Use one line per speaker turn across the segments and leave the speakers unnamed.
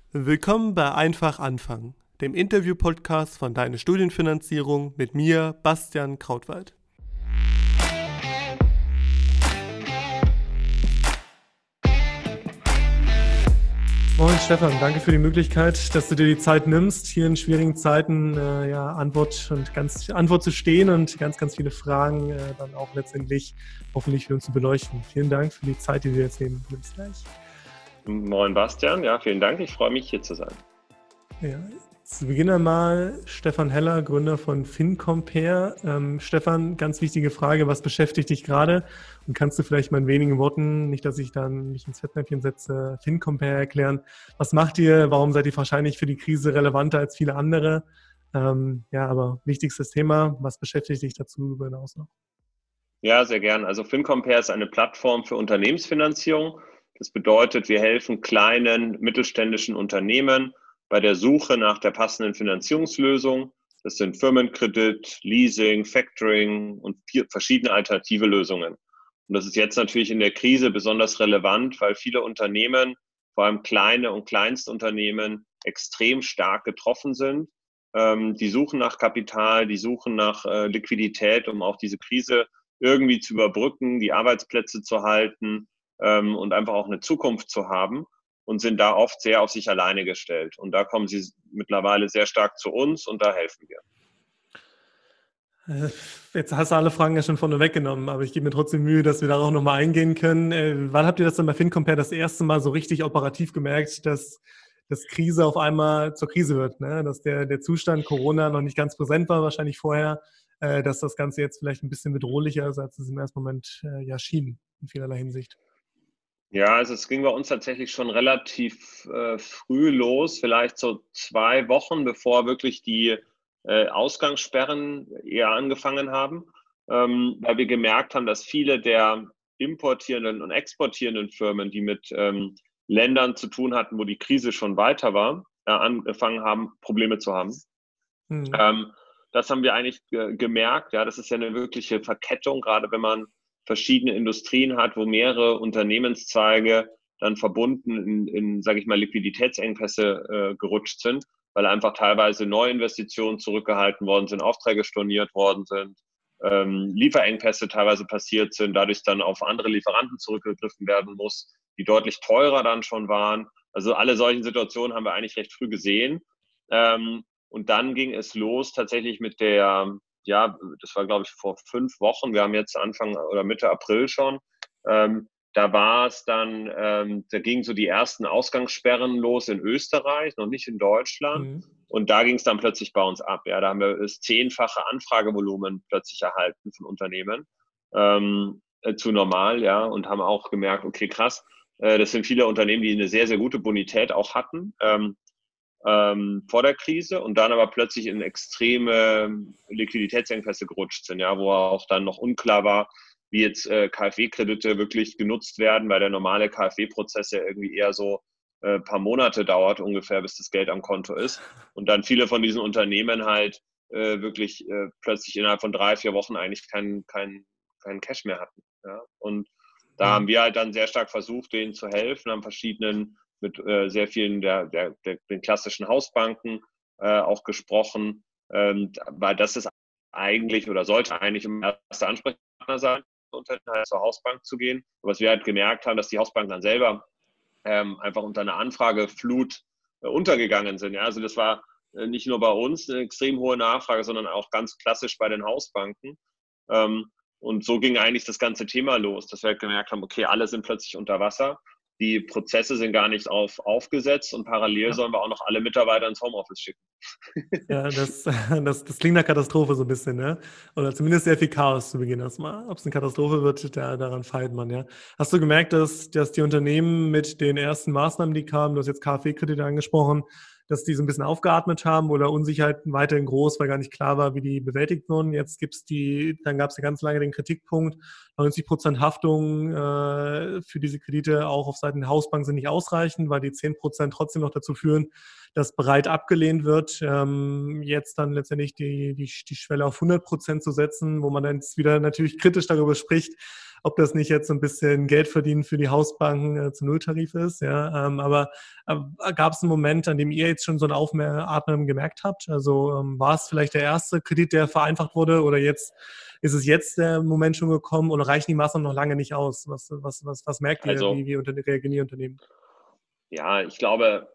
Willkommen bei Einfach anfangen, dem Interview-Podcast von Deine Studienfinanzierung mit mir, Bastian Krautwald. Moin Stefan, danke für die Möglichkeit, dass du dir die Zeit nimmst, hier in schwierigen Zeiten Antwort zu stehen und ganz viele Fragen dann auch letztendlich hoffentlich für uns zu beleuchten. Vielen Dank für die Zeit, die du jetzt nehmen nimmst gleich.
Moin Bastian, ja, vielen Dank. Ich freue mich, hier zu sein.
Ja, zu Beginn einmal Stefan Heller, Gründer von FinCompare. Stefan, ganz wichtige Frage, was beschäftigt dich gerade? Und kannst du vielleicht mal in wenigen Worten, nicht, dass ich dann mich ins Fettnäpfchen setze, FinCompare erklären? Was macht ihr? Warum seid ihr wahrscheinlich für die Krise relevanter als viele andere? Aber wichtigstes Thema, was beschäftigt dich dazu hinaus noch?
Ja, sehr gern. Also FinCompare ist eine Plattform für Unternehmensfinanzierung. Das bedeutet, wir helfen kleinen mittelständischen Unternehmen bei der Suche nach der passenden Finanzierungslösung. Das sind Firmenkredit, Leasing, Factoring und verschiedene alternative Lösungen. Und das ist jetzt natürlich in der Krise besonders relevant, weil viele Unternehmen, vor allem kleine und Kleinstunternehmen, extrem stark getroffen sind. Die suchen nach Kapital, die suchen nach Liquidität, um auch diese Krise irgendwie zu überbrücken, die Arbeitsplätze zu halten und einfach auch eine Zukunft zu haben und sind da oft sehr auf sich alleine gestellt. Und da kommen sie mittlerweile sehr stark zu uns und da helfen wir.
Jetzt hast du alle Fragen ja schon vorne weggenommen, aber ich gebe mir trotzdem Mühe, dass wir darauf nochmal eingehen können. Wann habt ihr das dann bei FinCompare das erste Mal so richtig operativ gemerkt, dass Krise auf einmal zur Krise wird, ne? Dass der Zustand Corona noch nicht ganz präsent war, wahrscheinlich vorher, dass das Ganze jetzt vielleicht ein bisschen bedrohlicher ist, als es im ersten Moment schien, in vielerlei Hinsicht.
Ja, also es ging bei uns tatsächlich schon relativ früh los, vielleicht so 2 Wochen, bevor wirklich die Ausgangssperren eher angefangen haben, weil wir gemerkt haben, dass viele der importierenden und exportierenden Firmen, die mit Ländern zu tun hatten, wo die Krise schon weiter war, angefangen haben, Probleme zu haben. Das haben wir eigentlich gemerkt. Ja, das ist ja eine wirkliche Verkettung, gerade wenn man verschiedene Industrien hat, wo mehrere Unternehmenszweige dann verbunden in sage ich mal, Liquiditätsengpässe gerutscht sind, weil einfach teilweise Neuinvestitionen zurückgehalten worden sind, Aufträge storniert worden sind, Lieferengpässe teilweise passiert sind, dadurch dann auf andere Lieferanten zurückgegriffen werden muss, die deutlich teurer dann schon waren. Also alle solchen Situationen haben wir eigentlich recht früh gesehen. Und dann ging es los tatsächlich mit das war glaube ich vor 5 Wochen, wir haben jetzt Anfang oder Mitte April schon, da war es dann, da gingen so die ersten Ausgangssperren los in Österreich, noch nicht in Deutschland. Und da ging es dann plötzlich bei uns ab. Ja, da haben wir das 10-fache Anfragevolumen plötzlich erhalten von Unternehmen zu normal, ja, und haben auch gemerkt, okay, krass, das sind viele Unternehmen, die eine sehr, sehr gute Bonität auch hatten vor der Krise und dann aber plötzlich in extreme Liquiditätsengpässe gerutscht sind, ja, wo auch dann noch unklar war, wie jetzt KfW-Kredite wirklich genutzt werden, weil der normale KfW-Prozess ja irgendwie eher so ein paar Monate dauert ungefähr, bis das Geld am Konto ist. Und dann viele von diesen Unternehmen halt wirklich plötzlich innerhalb von 3-4 Wochen eigentlich keinen Cash mehr hatten. Ja? Und da haben wir halt dann sehr stark versucht, denen zu helfen, haben mit sehr vielen den klassischen Hausbanken auch gesprochen, weil das ist eigentlich oder sollte eigentlich ein erster Ansprechpartner sein, zur Hausbank zu gehen. Was wir halt gemerkt haben, dass die Hausbanken dann selber einfach unter einer Anfrageflut untergegangen sind. Ja? Also das war nicht nur bei uns eine extrem hohe Nachfrage, sondern auch ganz klassisch bei den Hausbanken. Und so ging eigentlich das ganze Thema los, dass wir halt gemerkt haben, okay, alle sind plötzlich unter Wasser. Die Prozesse sind gar nicht aufgesetzt und parallel sollen wir auch noch alle Mitarbeiter ins Homeoffice schicken.
Ja, das klingt nach Katastrophe so ein bisschen, ne? Oder zumindest sehr viel Chaos zu Beginn erstmal. Ob es eine Katastrophe wird, daran feilt man, ja. Hast du gemerkt, dass die Unternehmen mit den ersten Maßnahmen, die kamen, du hast jetzt KfW-Kredite angesprochen, dass die so ein bisschen aufgeatmet haben oder Unsicherheiten weiterhin groß, weil gar nicht klar war, wie die bewältigt wurden. Dann gab es ja ganz lange den Kritikpunkt, 90% Haftung für diese Kredite auch auf Seiten der Hausbank sind nicht ausreichend, weil die 10% trotzdem noch dazu führen, dass breit abgelehnt wird. Jetzt dann letztendlich die Schwelle auf 100% zu setzen, wo man dann wieder natürlich kritisch darüber spricht, ob das nicht jetzt so ein bisschen Geld verdienen für die Hausbanken zum Nulltarif ist. Ja, aber gab es einen Moment, an dem ihr jetzt schon so ein Aufatmen gemerkt habt? Also war es vielleicht der erste Kredit, der vereinfacht wurde, oder ist es jetzt der Moment schon gekommen, oder reichen die Maßnahmen noch lange nicht aus? Was merkt ihr,
Also
wie reagieren die Unternehmen?
ja, ich glaube,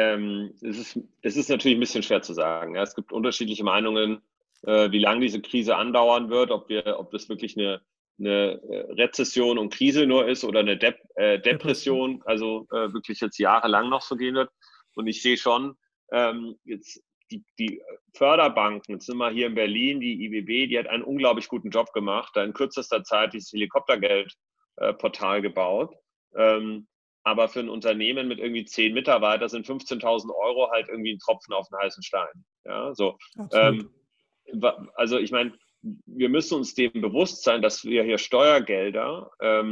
es ist natürlich ein bisschen schwer zu sagen. Ja. Es gibt unterschiedliche Meinungen, wie lange diese Krise andauern wird, ob das wirklich eine Rezession und Krise nur ist oder eine Depression, also wirklich jetzt jahrelang noch so gehen wird. Und ich sehe schon, jetzt die Förderbanken, jetzt sind wir hier in Berlin, die IWB, die hat einen unglaublich guten Job gemacht, da in kürzester Zeit dieses Helikoptergeldportal gebaut. Aber für ein Unternehmen mit irgendwie 10 Mitarbeitern sind 15.000 Euro halt irgendwie ein Tropfen auf den heißen Stein. Ja, so.
Absolut.
Also ich meine, wir müssen uns dem bewusst sein, dass wir hier Steuergelder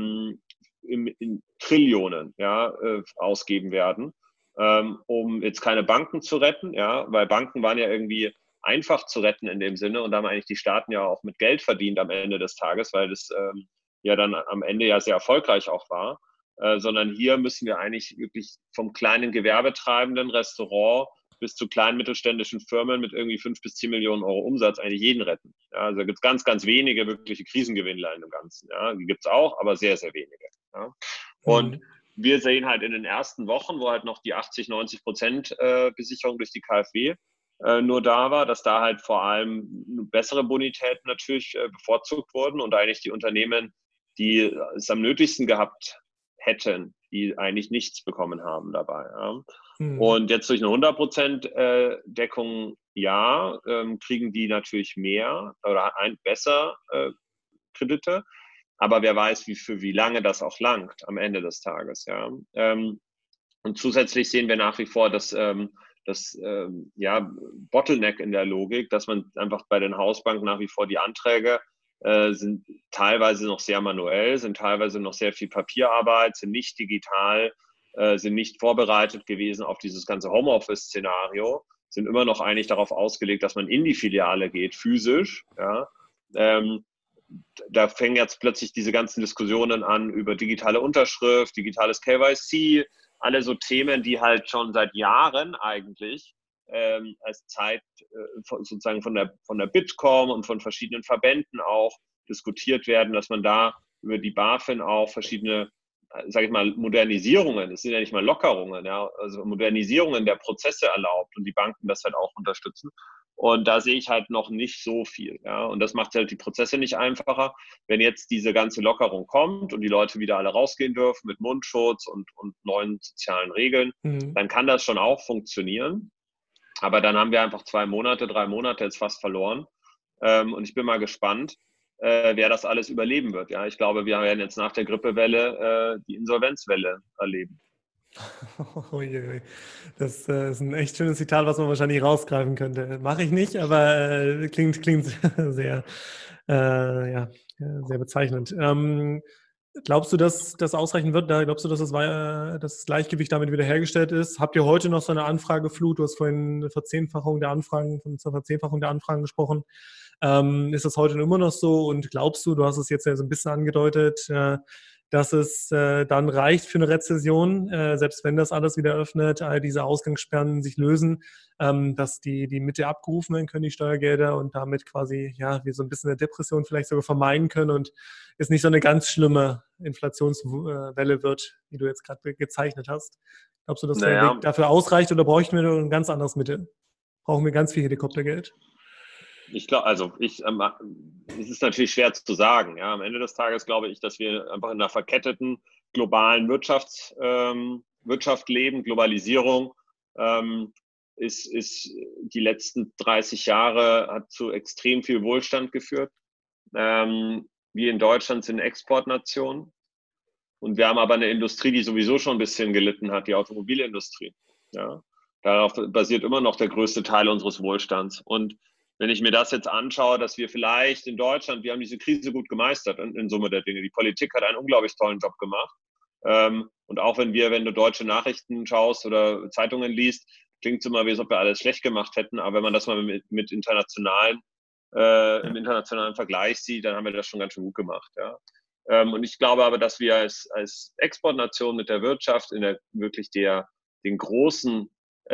in Trillionen ausgeben werden, um jetzt keine Banken zu retten, ja, weil Banken waren ja irgendwie einfach zu retten in dem Sinne und da haben eigentlich die Staaten ja auch mit Geld verdient am Ende des Tages, weil das ja dann am Ende ja sehr erfolgreich auch war. Sondern hier müssen wir eigentlich wirklich vom kleinen Gewerbetreibenden Restaurant bis zu kleinen mittelständischen Firmen mit irgendwie 5 bis 10 Millionen Euro Umsatz eigentlich jeden retten. Ja, also da gibt es ganz, ganz wenige wirkliche Krisengewinnler in dem Ganzen. Ja. Die gibt es auch, aber sehr, sehr wenige. Ja. Und wir sehen halt in den ersten Wochen, wo halt noch die 80-90% Besicherung durch die KfW nur da war, dass da halt vor allem bessere Bonitäten natürlich bevorzugt wurden und eigentlich die Unternehmen, die es am nötigsten gehabt hätten, die eigentlich nichts bekommen haben dabei. Ja. Und jetzt durch eine 100% Deckung, kriegen die natürlich mehr oder besser Kredite. Aber wer weiß, für wie lange das auch langt am Ende des Tages. Ja. Und zusätzlich sehen wir nach wie vor das Bottleneck in der Logik, dass man einfach bei den Hausbanken nach wie vor die Anträge sind teilweise noch sehr manuell, sind teilweise noch sehr viel Papierarbeit, sind nicht digital, sind nicht vorbereitet gewesen auf dieses ganze Homeoffice-Szenario, sind immer noch eigentlich darauf ausgelegt, dass man in die Filiale geht, physisch. Ja. Da fängen jetzt plötzlich diese ganzen Diskussionen an über digitale Unterschrift, digitales KYC, alle so Themen, die halt schon seit Jahren eigentlich als Zeit sozusagen von der Bitkom und von verschiedenen Verbänden auch diskutiert werden, dass man da über die BaFin auch verschiedene, sage ich mal, Modernisierungen, es sind ja nicht mal Lockerungen, ja, also Modernisierungen der Prozesse erlaubt und die Banken das halt auch unterstützen. Und da sehe ich halt noch nicht so viel. Ja? Und das macht halt die Prozesse nicht einfacher. Wenn jetzt diese ganze Lockerung kommt und die Leute wieder alle rausgehen dürfen mit Mundschutz und neuen sozialen Regeln, dann kann das schon auch funktionieren. Aber dann haben wir einfach 2 Monate, 3 Monate jetzt fast verloren. Und ich bin mal gespannt, wer das alles überleben wird. Ja? Ich glaube, wir werden jetzt nach der Grippewelle die Insolvenzwelle erleben.
Das ist ein echt schönes Zitat, was man wahrscheinlich rausgreifen könnte. Mache ich nicht, aber klingt sehr, sehr bezeichnend. Glaubst du, dass das ausreichen wird? Glaubst du, dass das Gleichgewicht damit wiederhergestellt ist? Habt ihr heute noch so eine Anfrageflut? Du hast vorhin von zur Verzehnfachung der Anfragen gesprochen. Ist das heute immer noch so? Und glaubst du hast es jetzt ja so ein bisschen angedeutet, dass es dann reicht für eine Rezession, selbst wenn das alles wieder öffnet, all diese Ausgangssperren sich lösen, dass die Mitte abgerufen werden können, die Steuergelder, und damit quasi, wir so ein bisschen eine Depression vielleicht sogar vermeiden können und es nicht so eine ganz schlimme Inflationswelle wird, wie du jetzt gerade gezeichnet hast. Glaubst du, dass der Weg dafür ausreicht, oder bräuchten wir ein ganz anderes Mittel? Brauchen wir ganz viel Helikoptergeld?
Ich glaube, es ist natürlich schwer zu sagen. Ja. Am Ende des Tages glaube ich, dass wir einfach in einer verketteten globalen Wirtschaft leben. Globalisierung ist die letzten 30 Jahre hat zu extrem viel Wohlstand geführt. Wir in Deutschland sind Exportnation und wir haben aber eine Industrie, die sowieso schon ein bisschen gelitten hat, die Automobilindustrie. Ja. Darauf basiert immer noch der größte Teil unseres Wohlstands. Und wenn ich mir das jetzt anschaue, dass wir vielleicht in Deutschland, wir haben diese Krise gut gemeistert in Summe der Dinge. Die Politik hat einen unglaublich tollen Job gemacht. Und auch wenn du deutsche Nachrichten schaust oder Zeitungen liest, klingt es immer, wie ob wir alles schlecht gemacht hätten. Aber wenn man das mal mit im internationalen Vergleich sieht, dann haben wir das schon ganz schön gut gemacht. Ja. Und ich glaube aber, dass wir als Exportnation mit der Wirtschaft den großen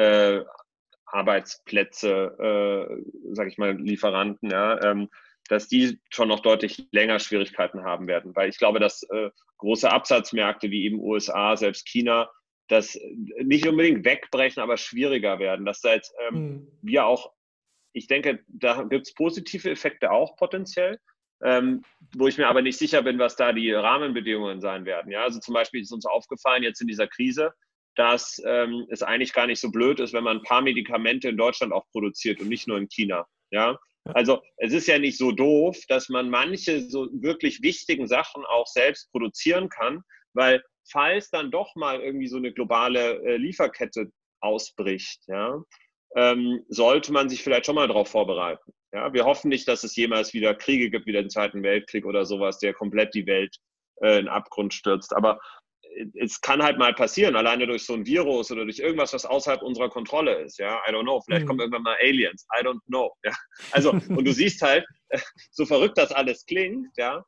Arbeitsplätze, sage ich mal, Lieferanten, ja, dass die schon noch deutlich länger Schwierigkeiten haben werden. Weil ich glaube, dass große Absatzmärkte wie eben USA, selbst China, das nicht unbedingt wegbrechen, aber schwieriger werden. Dass da jetzt wir auch, ich denke, da gibt es positive Effekte auch potenziell, wo ich mir aber nicht sicher bin, was da die Rahmenbedingungen sein werden. Ja? Also zum Beispiel ist uns aufgefallen jetzt in dieser Krise, dass es eigentlich gar nicht so blöd ist, wenn man ein paar Medikamente in Deutschland auch produziert und nicht nur in China. Ja? Also es ist ja nicht so doof, dass man manche so wirklich wichtigen Sachen auch selbst produzieren kann, weil falls dann doch mal irgendwie so eine globale Lieferkette ausbricht, ja, sollte man sich vielleicht schon mal darauf vorbereiten. Ja, wir hoffen nicht, dass es jemals wieder Kriege gibt, wie den Zweiten Weltkrieg oder sowas, der komplett die Welt in den Abgrund stürzt. Aber es kann halt mal passieren, alleine durch so ein Virus oder durch irgendwas, was außerhalb unserer Kontrolle ist. Ja, I don't know. Vielleicht kommen irgendwann mal Aliens. I don't know. Ja, also, und du siehst halt, so verrückt das alles klingt, ja,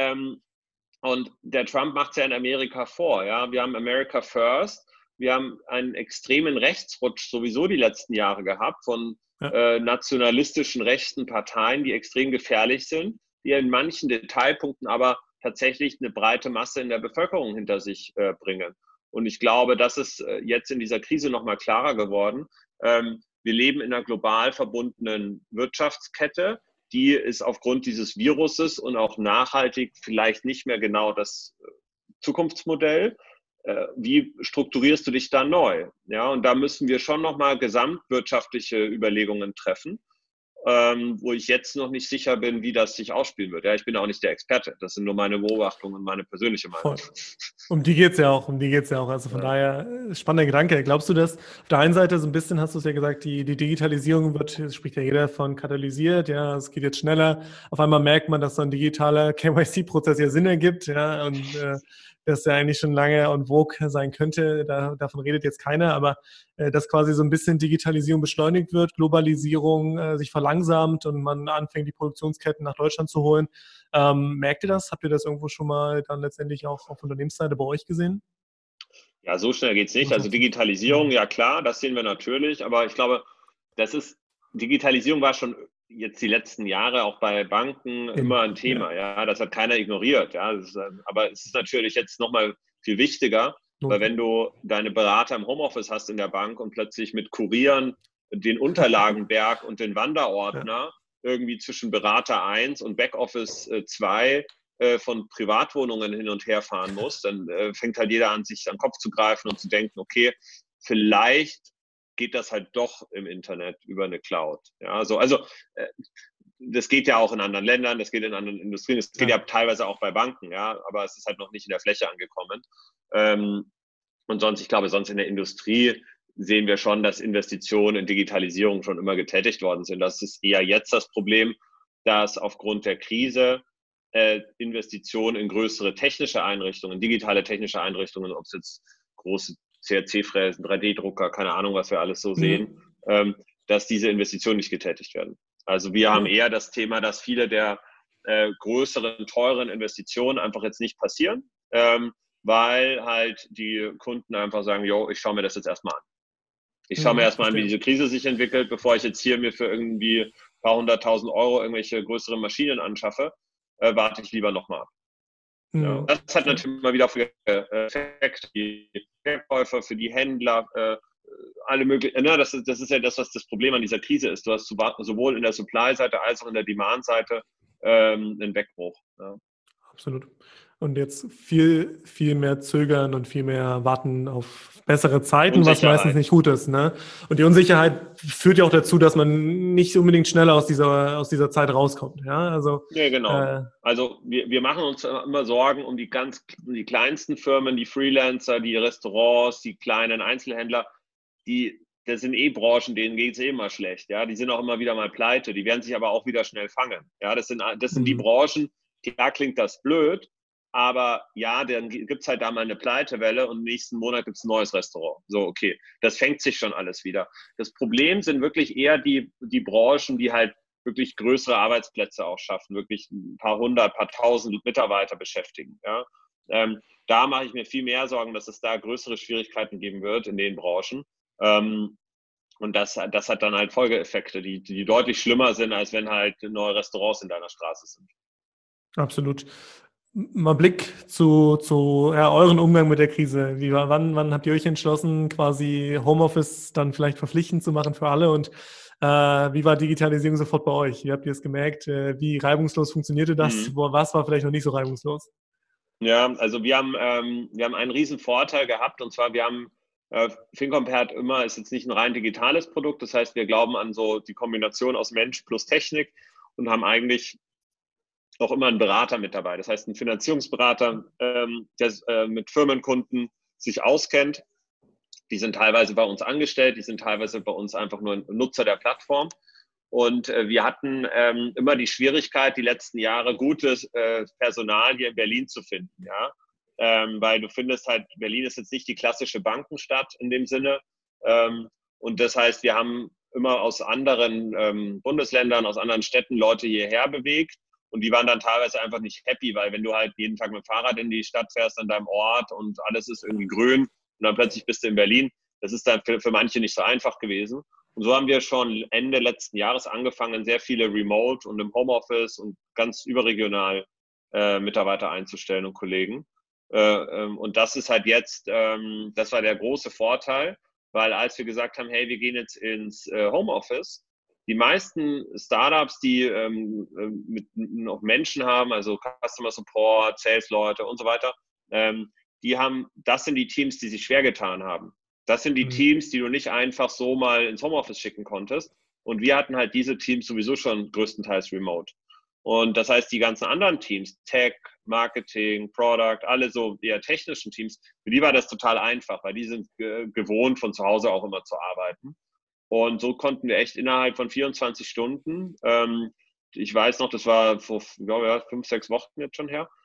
und der Trump macht es ja in Amerika vor. Ja, wir haben America First. Wir haben einen extremen Rechtsrutsch sowieso die letzten Jahre gehabt von nationalistischen rechten Parteien, die extrem gefährlich sind, die in manchen Detailpunkten aber tatsächlich eine breite Masse in der Bevölkerung hinter sich bringen. Und ich glaube, das ist jetzt in dieser Krise noch mal klarer geworden. Wir leben in einer global verbundenen Wirtschaftskette. Die ist aufgrund dieses Viruses und auch nachhaltig vielleicht nicht mehr genau das Zukunftsmodell. Wie strukturierst du dich da neu? Ja, und da müssen wir schon nochmal gesamtwirtschaftliche Überlegungen treffen, wo ich jetzt noch nicht sicher bin, wie das sich ausspielen wird. Ja, ich bin auch nicht der Experte. Das sind nur meine Beobachtungen und meine persönliche Meinung.
Voll. Um die geht es ja auch, Also von daher, spannender Gedanke. Glaubst du, dass auf der einen Seite so ein bisschen, hast du es ja gesagt, die Digitalisierung wird, spricht ja jeder von katalysiert, ja, es geht jetzt schneller. Auf einmal merkt man, dass so ein digitaler KYC-Prozess ja Sinn ergibt, ja, und das ja eigentlich schon lange en vogue sein könnte. Davon redet jetzt keiner, aber dass quasi so ein bisschen Digitalisierung beschleunigt wird, Globalisierung sich verlangsamt und man anfängt, die Produktionsketten nach Deutschland zu holen. Merkt ihr das? Habt ihr das irgendwo schon mal dann letztendlich auch auf Unternehmensseite bei euch gesehen?
Ja, so schnell geht es nicht. Also Digitalisierung, ja klar, das sehen wir natürlich, aber ich glaube, Digitalisierung war schon jetzt die letzten Jahre auch bei Banken immer ein Thema. Ja, das hat keiner ignoriert. Ja, aber es ist natürlich jetzt nochmal viel wichtiger, weil wenn du deine Berater im Homeoffice hast in der Bank und plötzlich mit Kurieren den Unterlagenberg und den Wanderordner irgendwie zwischen Berater 1 und Backoffice 2 von Privatwohnungen hin und her fahren muss, dann fängt halt jeder an, sich an den Kopf zu greifen und zu denken, okay, vielleicht geht das halt doch im Internet über eine Cloud. Ja, also das geht ja auch in anderen Ländern, das geht in anderen Industrien, das geht ja teilweise auch bei Banken, ja, aber es ist halt noch nicht in der Fläche angekommen. Und sonst, ich glaube, sonst in der Industrie sehen wir schon, dass Investitionen in Digitalisierung schon immer getätigt worden sind. Das ist eher jetzt das Problem, dass aufgrund der Krise Investitionen in größere technische Einrichtungen, digitale technische Einrichtungen, ob es jetzt große CNC-Fräsen, 3D-Drucker, keine Ahnung, was wir alles so sehen, dass diese Investitionen nicht getätigt werden. Also wir haben eher das Thema, dass viele der größeren, teuren Investitionen einfach jetzt nicht passieren, weil halt die Kunden einfach sagen, yo, ich schaue mir das jetzt erstmal an. Ich schaue mir erstmal an, wie diese Krise sich entwickelt, bevor ich jetzt hier mir für irgendwie ein paar 100.000 Euro irgendwelche größeren Maschinen anschaffe, warte ich lieber nochmal ab. Ja, das hat natürlich immer wieder für Effekte, die Verkäufer, für die Händler, alle möglichen. Das ist ja das, was das Problem an dieser Krise ist. Du hast sowohl in der Supply-Seite als auch in der Demand-Seite einen Wegbruch. Ja.
Absolut. Und jetzt viel, viel mehr zögern und viel mehr warten auf bessere Zeiten, was meistens nicht gut ist. Ne? Und die Unsicherheit führt ja auch dazu, dass man nicht unbedingt schneller aus dieser Zeit rauskommt. Ja, also,
ja, genau. Also wir machen uns immer Sorgen um die kleinsten Firmen, die Freelancer, die Restaurants, die kleinen Einzelhändler. Das sind Branchen, denen geht es immer schlecht. Ja, die sind auch immer wieder mal pleite. Die werden sich aber auch wieder schnell fangen. Ja, das sind die Branchen. Klar klingt das blöd, aber ja, dann gibt es halt da mal eine Pleitewelle und nächsten Monat gibt es ein neues Restaurant. So, okay, das fängt sich schon alles wieder. Das Problem sind wirklich eher die Branchen, die halt wirklich größere Arbeitsplätze auch schaffen, wirklich ein paar hundert, paar tausend Mitarbeiter beschäftigen. Ja? Da mache ich mir viel mehr Sorgen, dass es da größere Schwierigkeiten geben wird in den Branchen. Und das hat dann halt Folgeeffekte, die deutlich schlimmer sind, als wenn halt neue Restaurants in deiner Straße sind.
Absolut. Mal Blick zu euren Umgang mit der Krise. Wann habt ihr euch entschlossen, quasi Homeoffice dann vielleicht verpflichtend zu machen für alle? Und wie war Digitalisierung sofort bei euch? Wie habt ihr es gemerkt? Wie reibungslos funktionierte das? Was war vielleicht noch nicht so reibungslos?
Ja, also wir haben einen riesen Vorteil gehabt, und zwar wir haben FinCompare ist jetzt nicht ein rein digitales Produkt, das heißt, wir glauben an so die Kombination aus Mensch plus Technik und haben eigentlich auch immer einen Berater mit dabei. Das heißt, einen Finanzierungsberater, der mit Firmenkunden sich auskennt. Die sind teilweise bei uns angestellt, die sind teilweise bei uns einfach nur Nutzer der Plattform. Und wir hatten immer die Schwierigkeit, die letzten Jahre gutes Personal hier in Berlin zu finden. Ja? Weil du findest halt, Berlin ist jetzt nicht die klassische Bankenstadt in dem Sinne. Und das heißt, wir haben immer aus anderen Bundesländern, aus anderen Städten Leute hierher bewegt. Und die waren dann teilweise einfach nicht happy, weil wenn du halt jeden Tag mit dem Fahrrad in die Stadt fährst, an deinem Ort und alles ist irgendwie grün und dann plötzlich bist du in Berlin, das ist dann für manche nicht so einfach gewesen. Und so haben wir schon Ende letzten Jahres angefangen, sehr viele Remote und im Homeoffice und ganz überregional Mitarbeiter einzustellen und Kollegen. Und das ist halt jetzt, das war der große Vorteil, weil als wir gesagt haben, hey, wir gehen jetzt ins Homeoffice, die meisten Startups, die noch Menschen haben, also Customer Support, Sales-Leute und so weiter, das sind die Teams, die sich schwer getan haben. Das sind die Teams, die du nicht einfach so mal ins Homeoffice schicken konntest. Und wir hatten halt diese Teams sowieso schon größtenteils remote. Und das heißt, die ganzen anderen Teams, Tech, Marketing, Product, alle so eher technischen Teams, für die war das total einfach, weil die sind gewohnt, von zu Hause auch immer zu arbeiten. Und so konnten wir echt innerhalb von 24 Stunden, ich weiß noch, das war vor, ich glaube, 5, 6 Wochen jetzt schon her,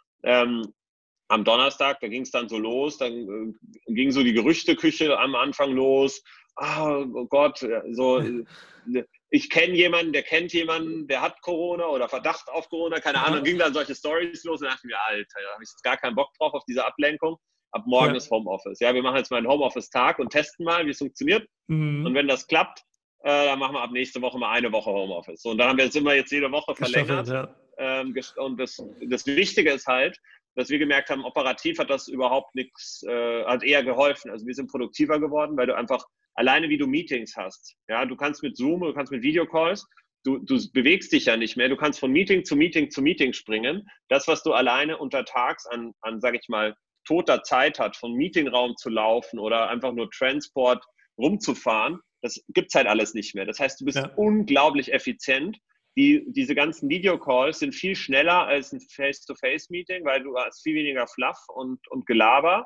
am Donnerstag, da ging es dann so los, dann ging so die Gerüchteküche am Anfang los. Oh Gott, so, ich kenne jemanden, der kennt jemanden, der hat Corona oder Verdacht auf Corona, keine Ahnung. Dann ging dann solche Stories los und dachte mir, Alter, da habe ich jetzt gar keinen Bock drauf auf diese Ablenkung. Ab morgen ist Homeoffice. Ja, wir machen jetzt mal einen Homeoffice-Tag und testen mal, wie es funktioniert. Und wenn das klappt, dann machen wir ab nächste Woche mal eine Woche Homeoffice. So, und dann haben wir jetzt immer jede Woche verlängert. Und das Wichtige ist halt, dass wir gemerkt haben, operativ hat das überhaupt nichts, hat eher geholfen. Also wir sind produktiver geworden, weil du einfach alleine wie du Meetings hast. Ja, du kannst mit Zoom, du kannst mit Videocalls, du bewegst dich ja nicht mehr. Du kannst von Meeting zu Meeting zu Meeting springen. Das, was du alleine untertags an sage ich mal, toter Zeit hat, von Meetingraum zu laufen oder einfach nur Transport rumzufahren, das gibt's halt alles nicht mehr. Das heißt, du bist unglaublich effizient. Diese ganzen Videocalls sind viel schneller als ein Face-to-Face-Meeting, weil du hast viel weniger Fluff und Gelaber.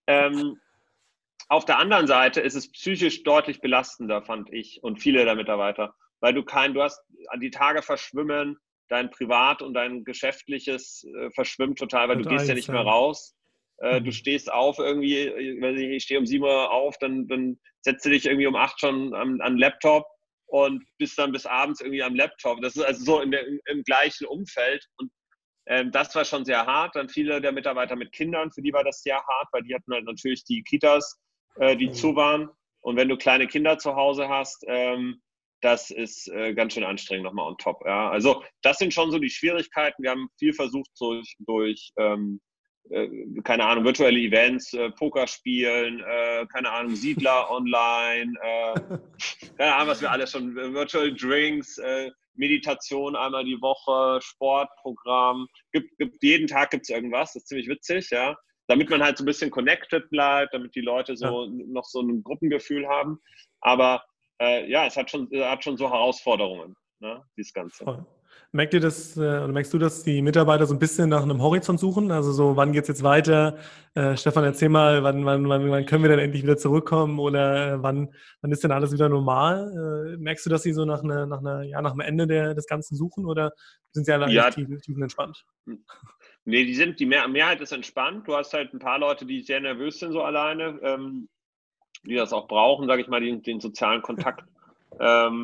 Auf der anderen Seite ist es psychisch deutlich belastender, fand ich und viele der Mitarbeiter, weil du hast die Tage verschwimmen, dein Privat und dein Geschäftliches verschwimmt total, weil du gehst ja nicht mehr raus. Du stehst auf irgendwie, ich stehe um 7 Uhr auf, dann setzt du dich irgendwie um 8 schon an Laptop und bist dann bis abends irgendwie am Laptop. Das ist also so im gleichen Umfeld. Und das war schon sehr hart. Dann viele der Mitarbeiter mit Kindern, für die war das sehr hart, weil die hatten halt natürlich die Kitas, die zu waren. Und wenn du kleine Kinder zu Hause hast, das ist ganz schön anstrengend nochmal on top. Ja. Also das sind schon so die Schwierigkeiten. Wir haben viel versucht durch keine Ahnung, virtuelle Events, Poker spielen, keine Ahnung, Siedler online, keine Ahnung, was wir alles schon, Virtual Drinks, Meditation einmal die Woche, Sportprogramm, jeden Tag gibt es irgendwas, das ist ziemlich witzig, ja, damit man halt so ein bisschen connected bleibt, damit die Leute so noch so ein Gruppengefühl haben, aber es hat schon so Herausforderungen, ne, dieses Ganze.
Voll. Merkt ihr das, oder merkst du, dass die Mitarbeiter so ein bisschen nach einem Horizont suchen? Also so, wann geht's jetzt weiter? Stefan, erzähl mal, wann können wir denn endlich wieder zurückkommen? Oder wann ist denn alles wieder normal? Merkst du, dass sie so nach dem Ende des Ganzen suchen oder sind sie alle eigentlich tiefenentspannt?
Nee, die Mehrheit ist entspannt. Du hast halt ein paar Leute, die sehr nervös sind so alleine, die das auch brauchen, sage ich mal, den sozialen Kontakt.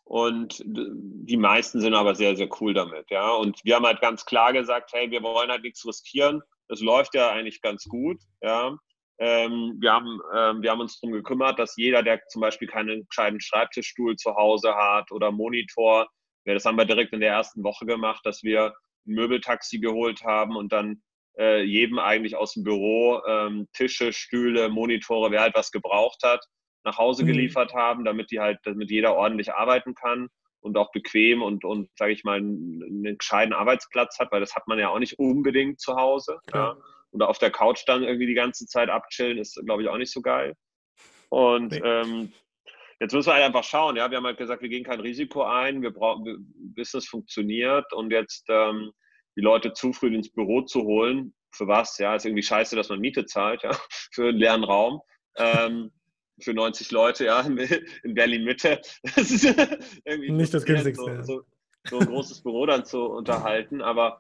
Und die meisten sind aber sehr, sehr cool damit, ja. Und wir haben halt ganz klar gesagt, hey, wir wollen halt nichts riskieren. Das läuft ja eigentlich ganz gut, ja. Wir haben uns darum gekümmert, dass jeder, der zum Beispiel keinen gescheiten Schreibtischstuhl zu Hause hat oder Monitor, ja, das haben wir direkt in der ersten Woche gemacht, dass wir ein Möbeltaxi geholt haben und dann jedem eigentlich aus dem Büro Tische, Stühle, Monitore, wer halt was gebraucht hat, nach Hause geliefert haben, damit jeder ordentlich arbeiten kann und auch bequem und sage ich mal, einen gescheiten Arbeitsplatz hat, weil das hat man ja auch nicht unbedingt zu Hause. Ja. Oder auf der Couch dann irgendwie die ganze Zeit abchillen, ist, glaube ich, auch nicht so geil. Und jetzt müssen wir halt einfach schauen. Ja, wir haben halt gesagt, wir gehen kein Risiko ein, Business funktioniert und jetzt die Leute zu früh ins Büro zu holen, für was? Ja, ist irgendwie scheiße, dass man Miete zahlt, ja, für einen leeren Raum. Für 90 Leute, ja, in Berlin-Mitte. Das ist irgendwie
nicht das Günstigste.
So ein großes Büro dann zu unterhalten. Aber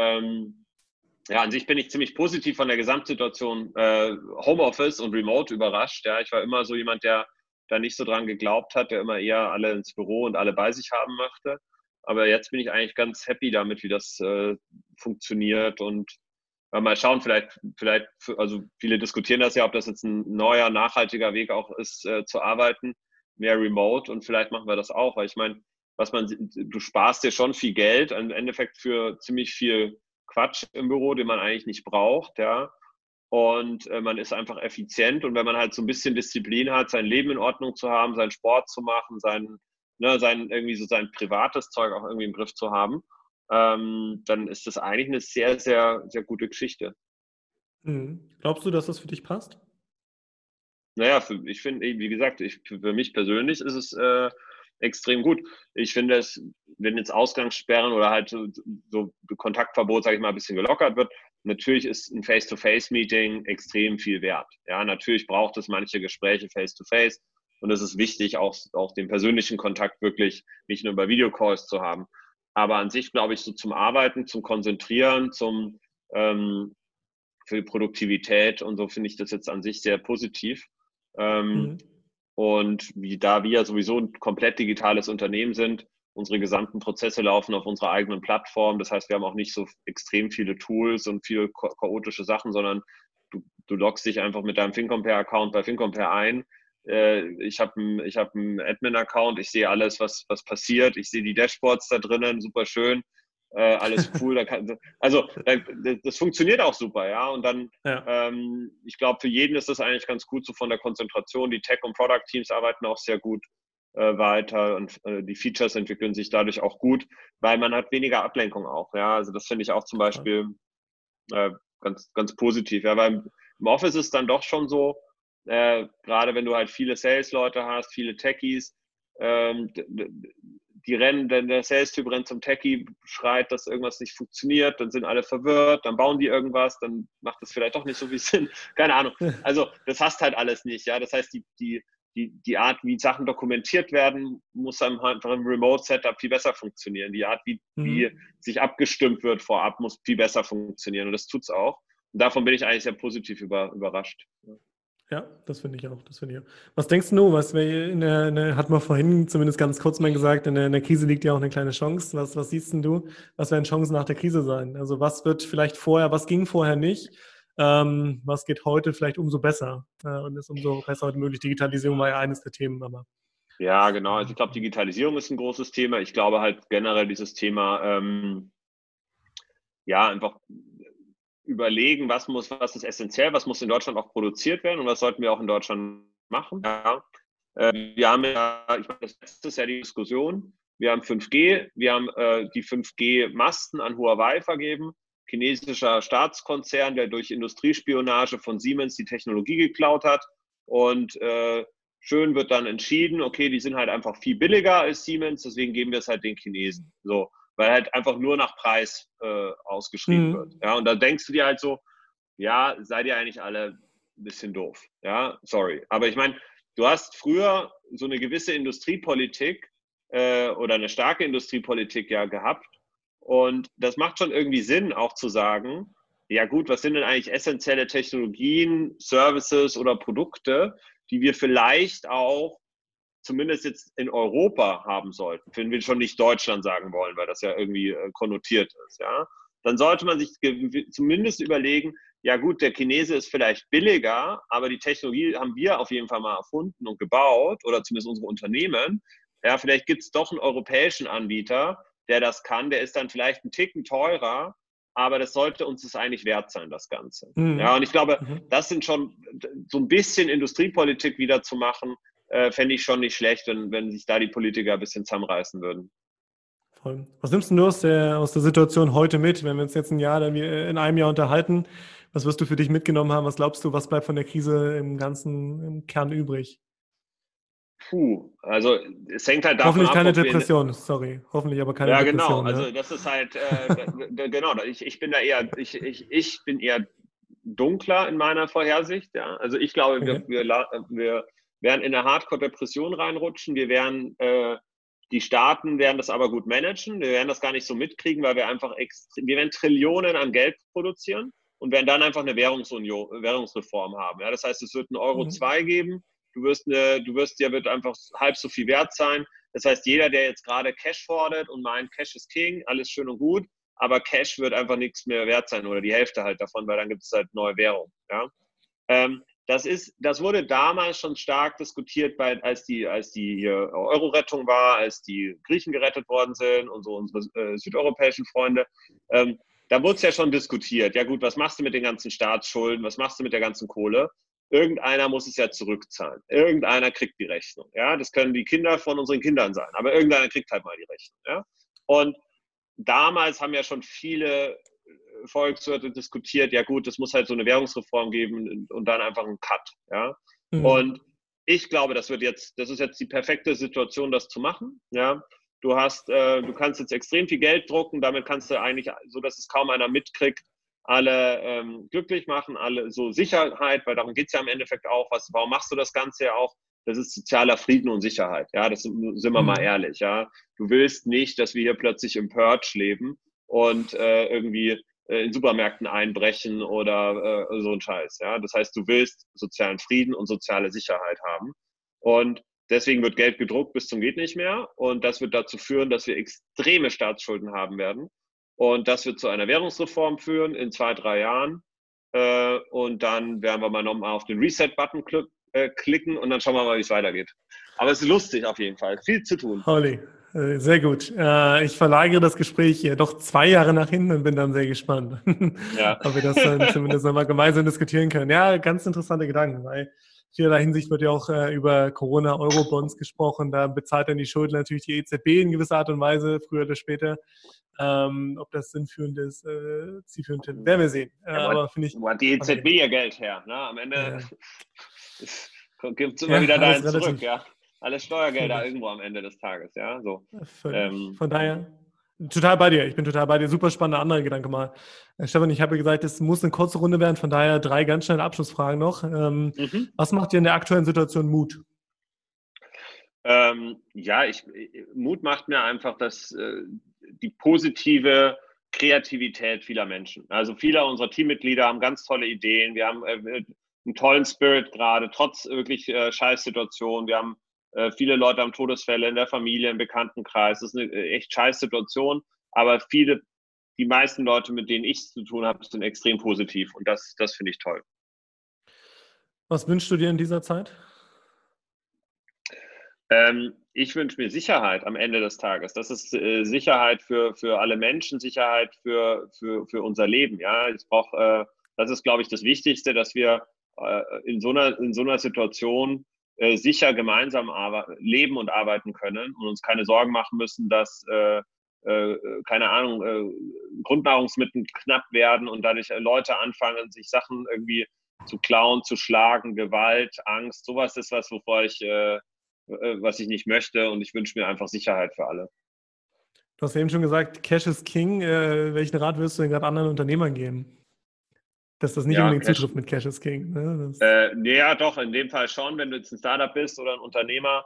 ja, an sich bin ich ziemlich positiv von der Gesamtsituation Homeoffice und Remote überrascht. Ja, ich war immer so jemand, der da nicht so dran geglaubt hat, der immer eher alle ins Büro und alle bei sich haben möchte. Aber jetzt bin ich eigentlich ganz happy damit, wie das funktioniert und mal schauen, vielleicht, also viele diskutieren das ja, ob das jetzt ein neuer, nachhaltiger Weg auch ist, zu arbeiten, mehr remote und vielleicht machen wir das auch, weil ich meine, du sparst dir schon viel Geld, im Endeffekt für ziemlich viel Quatsch im Büro, den man eigentlich nicht braucht, ja. Und man ist einfach effizient und wenn man halt so ein bisschen Disziplin hat, sein Leben in Ordnung zu haben, seinen Sport zu machen, irgendwie so sein privates Zeug auch irgendwie im Griff zu haben, dann ist das eigentlich eine sehr, sehr, sehr gute Geschichte.
Glaubst du, dass das für dich passt?
Naja, ich finde, wie gesagt, für mich persönlich ist es extrem gut. Ich finde es, wenn jetzt Ausgangssperren oder halt so Kontaktverbot, sage ich mal, ein bisschen gelockert wird, natürlich ist ein Face-to-Face-Meeting extrem viel wert. Ja, natürlich braucht es manche Gespräche Face-to-Face und es ist wichtig, auch den persönlichen Kontakt wirklich nicht nur über Videocalls zu haben. Aber an sich, glaube ich, so zum Arbeiten, zum Konzentrieren, für die Produktivität und so finde ich das jetzt an sich sehr positiv. Und da wir sowieso ein komplett digitales Unternehmen sind, unsere gesamten Prozesse laufen auf unserer eigenen Plattform. Das heißt, wir haben auch nicht so extrem viele Tools und viele chaotische Sachen, sondern du loggst dich einfach mit deinem FinCompare-Account bei FinCompare ein. Ich habe einen Admin-Account, ich sehe alles, was passiert. Ich sehe die Dashboards da drinnen, super schön. Alles cool. Das funktioniert auch super, ja. Und dann, ich glaube, für jeden ist das eigentlich ganz gut, so von der Konzentration. Die Tech- und Product-Teams arbeiten auch sehr gut weiter und die Features entwickeln sich dadurch auch gut, weil man hat weniger Ablenkung auch, ja. Also das finde ich auch zum Beispiel ganz, ganz positiv, ja, weil im Office ist dann doch schon so, gerade wenn du halt viele Sales-Leute hast, viele Techies, der Sales-Typ rennt zum Techie, schreit, dass irgendwas nicht funktioniert, dann sind alle verwirrt, dann bauen die irgendwas, dann macht das vielleicht doch nicht so viel Sinn. Keine Ahnung. Also das hast halt alles nicht, ja. Das heißt, die Art, wie Sachen dokumentiert werden, muss einfach im Remote-Setup viel besser funktionieren. Die Art, wie sich abgestimmt wird vorab, muss viel besser funktionieren. Und das tut es auch. Und davon bin ich eigentlich sehr positiv überrascht.
Ja, das finde ich auch. Was denkst du, hat man vorhin zumindest ganz kurz mal gesagt, in der Krise liegt ja auch eine kleine Chance. Was siehst denn du? Was werden Chancen nach der Krise sein? Also was ging vorher nicht? Was geht heute vielleicht umso besser? Und ist umso besser heute möglich? Digitalisierung war ja eines der Themen, aber.
Ja, genau. Also ich glaube, Digitalisierung ist ein großes Thema. Ich glaube halt generell dieses Thema, einfach überlegen, was ist essentiell, was muss in Deutschland auch produziert werden und was sollten wir auch in Deutschland machen. Ja. Wir haben ja, ich meine, das letzte ist ja die Diskussion. Wir haben 5G, wir haben die 5G-Masten an Huawei vergeben, chinesischer Staatskonzern, der durch Industriespionage von Siemens die Technologie geklaut hat und schön wird dann entschieden, okay, die sind halt einfach viel billiger als Siemens, deswegen geben wir es halt den Chinesen. So, weil halt einfach nur nach Preis ausgeschrieben wird. Ja, und da denkst du dir halt so, ja, seid ihr eigentlich alle ein bisschen doof. Ja, sorry. Aber ich meine, du hast früher so eine gewisse Industriepolitik oder eine starke Industriepolitik ja gehabt. Und das macht schon irgendwie Sinn, auch zu sagen, ja gut, was sind denn eigentlich essentielle Technologien, Services oder Produkte, die wir vielleicht auch zumindest jetzt in Europa haben sollten, wenn wir schon nicht Deutschland sagen wollen, weil das ja irgendwie konnotiert ist, ja, dann sollte man sich zumindest überlegen, ja gut, der Chinese ist vielleicht billiger, aber die Technologie haben wir auf jeden Fall mal erfunden und gebaut oder zumindest unsere Unternehmen. Ja, vielleicht gibt es doch einen europäischen Anbieter, der das kann, der ist dann vielleicht einen Ticken teurer, aber das sollte uns das eigentlich wert sein, das Ganze. Ja, und ich glaube, das sind schon so ein bisschen Industriepolitik wieder zu machen, fände ich schon nicht schlecht, wenn sich da die Politiker ein bisschen zusammenreißen würden.
Voll. Was nimmst du aus der Situation heute mit, wenn wir uns jetzt in einem Jahr unterhalten? Was wirst du für dich mitgenommen haben? Was glaubst du, was bleibt von der Krise im Kern übrig?
Also es hängt halt davon
Hoffentlich
ab,
keine Depression, sorry. Hoffentlich aber keine Depression.
Ja, genau. Also das ist halt, genau, ich bin eher dunkler in meiner Vorhersicht. Ja. Also ich glaube, wir werden in eine Hardcore-Depression reinrutschen. Die Staaten werden das aber gut managen. Wir werden das gar nicht so mitkriegen, weil wir werden Trillionen an Geld produzieren und werden dann einfach eine Währungsreform haben. Ja. Das heißt, es wird einen Euro 2 geben. Der wird einfach halb so viel wert sein. Das heißt, jeder, der jetzt gerade Cash fordert und meint, Cash ist King, alles schön und gut, aber Cash wird einfach nichts mehr wert sein oder die Hälfte halt davon, weil dann gibt es halt neue Währung. Ja? Das wurde damals schon stark diskutiert, als die Euro-Rettung war, als die Griechen gerettet worden sind und so unsere südeuropäischen Freunde. Da wurde es ja schon diskutiert. Ja gut, was machst du mit den ganzen Staatsschulden? Was machst du mit der ganzen Kohle? Irgendeiner muss es ja zurückzahlen. Irgendeiner kriegt die Rechnung. Ja? Das können die Kinder von unseren Kindern sein, aber irgendeiner kriegt halt mal die Rechnung. Ja? Und damals haben ja schon viele Volkswirte diskutiert, ja gut, es muss halt so eine Währungsreform geben und dann einfach einen Cut. Ja? Und ich glaube, das ist jetzt die perfekte Situation, das zu machen. Ja? Du kannst jetzt extrem viel Geld drucken, damit kannst du eigentlich, so dass es kaum einer mitkriegt, alle glücklich machen, alle so Sicherheit, weil darum geht es ja im Endeffekt auch. Warum machst du das Ganze ja auch? Das ist sozialer Frieden und Sicherheit. Ja, das sind wir mal ehrlich. Ja, du willst nicht, dass wir hier plötzlich im Purge leben und irgendwie in Supermärkten einbrechen oder so ein Scheiß. Ja, das heißt, du willst sozialen Frieden und soziale Sicherheit haben. Und deswegen wird Geld gedruckt bis zum geht nicht mehr. Und das wird dazu führen, dass wir extreme Staatsschulden haben werden. Und das wird zu einer Währungsreform führen in 2-3 Jahren. Und dann werden wir mal nochmal auf den Reset-Button klicken und dann schauen wir mal, wie es weitergeht. Aber es ist lustig auf jeden Fall. Viel zu tun.
Holly, sehr gut. Ich verlagere das Gespräch doch 2 Jahre nach hinten und bin dann sehr gespannt, ob wir das dann zumindest nochmal gemeinsam diskutieren können. Ja, ganz interessante Gedanken, weil vielerlei Hinsicht wird ja auch über Corona-Euro-Bonds gesprochen. Da bezahlt dann die Schulden natürlich die EZB in gewisser Art und Weise, früher oder später. Ob das sinnführend ist, zielführend ist, werden wir sehen.
Aber finde ich. Wo hat die EZB ihr Geld her? Ne? Am Ende gibt es immer wieder dahin zurück. Ja? Alles Steuergelder irgendwo am Ende des Tages. Ja? So.
Von daher, total bei dir. Ich bin total bei dir. Super spannender anderer Gedanke mal. Stefan, ich habe ja gesagt, es muss eine kurze Runde werden. Von daher 3 ganz schnelle Abschlussfragen noch. Was macht dir in der aktuellen Situation Mut?
Mut macht mir einfach, dass die positive Kreativität vieler Menschen. Also viele unserer Teammitglieder haben ganz tolle Ideen. Wir haben einen tollen Spirit gerade, trotz wirklich Scheißsituationen. Wir haben viele Leute haben Todesfälle in der Familie, im Bekanntenkreis. Das ist eine echt Scheißsituation. Aber die meisten Leute, mit denen ich es zu tun habe, sind extrem positiv. Und das finde ich toll.
Was wünschst du dir in dieser Zeit?
Ich wünsche mir Sicherheit am Ende des Tages. Das ist Sicherheit für alle Menschen, Sicherheit für unser Leben. Ja, das ist, glaube ich, das Wichtigste, dass wir in so einer Situation sicher gemeinsam leben und arbeiten können und uns keine Sorgen machen müssen, dass keine Ahnung, Grundnahrungsmittel knapp werden und dadurch Leute anfangen, sich Sachen irgendwie zu klauen, zu schlagen, Gewalt, Angst. Sowas ist was ich nicht möchte, und ich wünsche mir einfach Sicherheit für alle.
Du hast eben schon gesagt, Cash is King. Welchen Rat würdest du denn gerade anderen Unternehmern geben? Dass das nicht unbedingt zutrifft mit Cash is King. Ne?
Ja, doch, in dem Fall schon, wenn du jetzt ein Startup bist oder ein Unternehmer.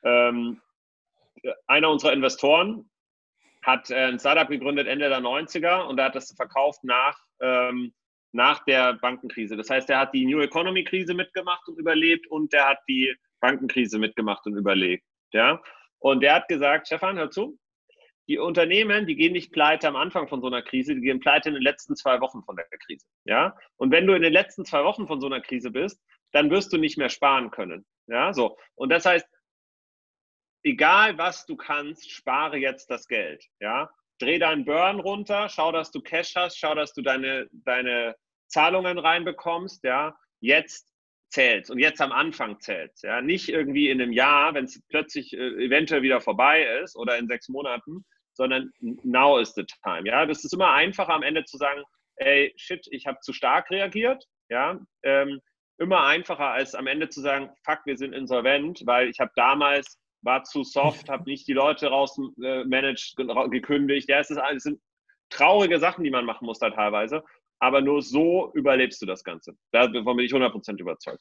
Einer unserer Investoren hat ein Startup gegründet Ende der 90er und er hat das verkauft nach der Bankenkrise. Das heißt, er hat die New Economy Krise mitgemacht und überlebt und der hat die Bankenkrise mitgemacht und überlebt. Ja? Und der hat gesagt, Stefan, hör zu, die Unternehmen, die gehen nicht pleite am Anfang von so einer Krise, die gehen pleite in den letzten 2 Wochen von der Krise. Ja? Und wenn du in den letzten 2 Wochen von so einer Krise bist, dann wirst du nicht mehr sparen können. Ja? So. Und das heißt, egal was du kannst, spare jetzt das Geld. Ja? Dreh deinen Burn runter, schau, dass du Cash hast, schau, dass du deine Zahlungen reinbekommst. Ja? Jetzt zählt's und jetzt am Anfang zählt's. Ja? Nicht irgendwie in einem Jahr, wenn es plötzlich eventuell wieder vorbei ist oder in 6 Monaten, sondern now is the time. Ja? Das ist immer einfacher am Ende zu sagen, ey, shit, ich habe zu stark reagiert. Ja? Immer einfacher als am Ende zu sagen, fuck, wir sind insolvent, weil ich habe damals, war zu soft, habe nicht die Leute rausmanaged, gekündigt. Ja, es sind traurige Sachen, die man machen muss da teilweise, aber nur so überlebst du das Ganze. Davon bin ich 100% überzeugt.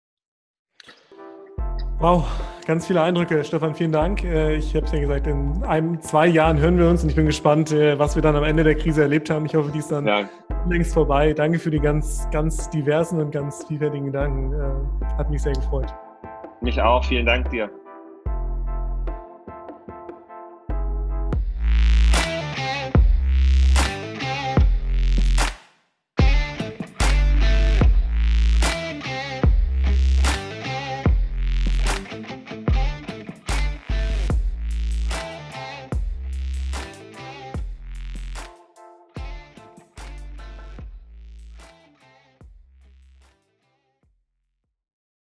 Wow, ganz viele Eindrücke, Stefan, vielen Dank. Ich habe es ja gesagt, in 2 Jahren hören wir uns und ich bin gespannt, was wir dann am Ende der Krise erlebt haben. Ich hoffe, die ist dann längst vorbei. Danke für die ganz, ganz diversen und ganz vielfältigen Gedanken. Hat mich sehr gefreut.
Mich auch, vielen Dank dir.